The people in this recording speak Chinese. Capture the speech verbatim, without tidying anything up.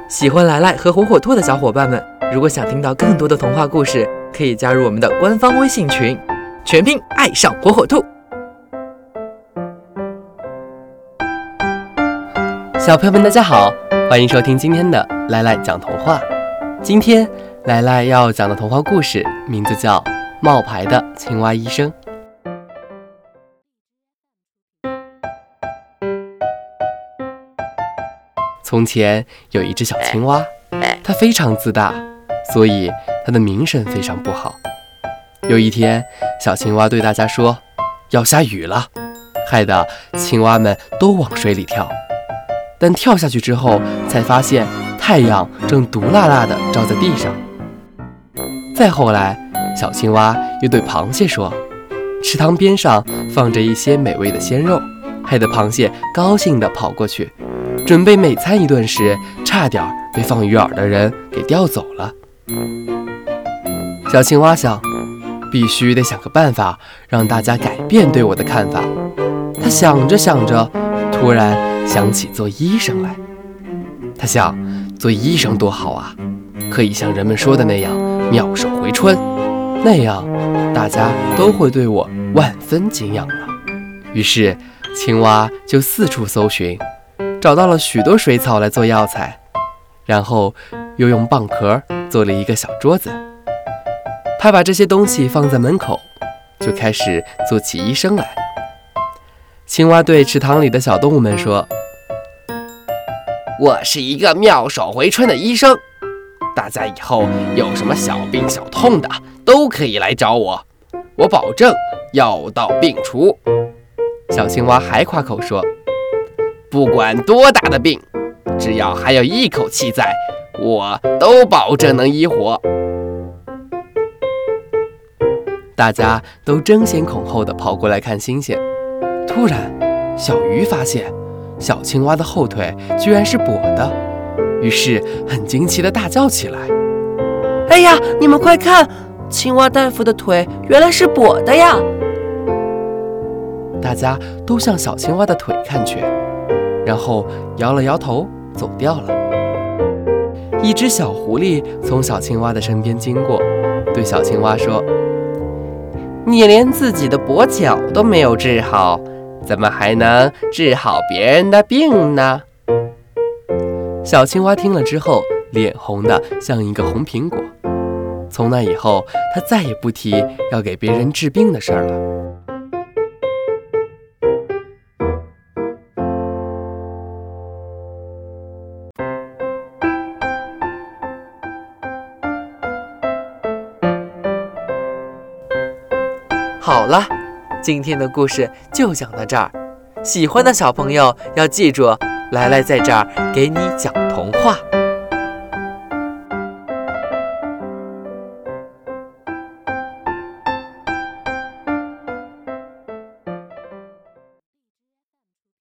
喜欢来来和火火兔的小伙伴们，如果想听到更多的童话故事，可以加入我们的官方微信群，全拼爱上火火兔。 小朋友们大家好，欢迎收听今天的来来讲童话。今天来来要讲的童话故事名字叫冒牌的青蛙医生。从前有一只小青蛙，它非常自大，所以它的名声非常不好。有一天，小青蛙对大家说要下雨了，害得青蛙们都往水里跳。但跳下去之后，才发现太阳正毒辣辣地照在地上。再后来，小青蛙又对螃蟹说，池塘边上放着一些美味的鲜肉，害得螃蟹高兴地跑过去，准备美餐一顿时，差点被放鱼饵的人给钓走了。小青蛙想，必须得想个办法让大家改变对我的看法。他想着想着，突然想起做医生来。他想，做医生多好啊，可以像人们说的那样妙手回春，那样大家都会对我万分敬仰了。于是青蛙就四处搜寻，找到了许多水草来做药材，然后又用蚌壳做了一个小桌子。他把这些东西放在门口，就开始做起医生来。青蛙对池塘里的小动物们说，我是一个妙手回春的医生，大家以后有什么小病小痛的都可以来找我，我保证药到病除。小青蛙还夸口说，不管多大的病，只要还有一口气在，我都保证能医活。大家都争先恐后地跑过来看新鲜。突然，小鱼发现小青蛙的后腿居然是跛的，于是很惊奇地大叫起来， 哎呀，你们快看，青蛙大夫的腿原来是跛的呀！ 大家都向小青蛙的腿看去，然后摇了摇头走掉了。一只小狐狸从小青蛙的身边经过，对小青蛙说，你连自己的跛脚都没有治好，怎么还能治好别人的病呢？小青蛙听了之后，脸红得像一个红苹果。从那以后，它再也不提要给别人治病的事儿了。 好了，今天的故事就讲到这儿。喜欢的小朋友要记住，来来在这儿给你讲童话。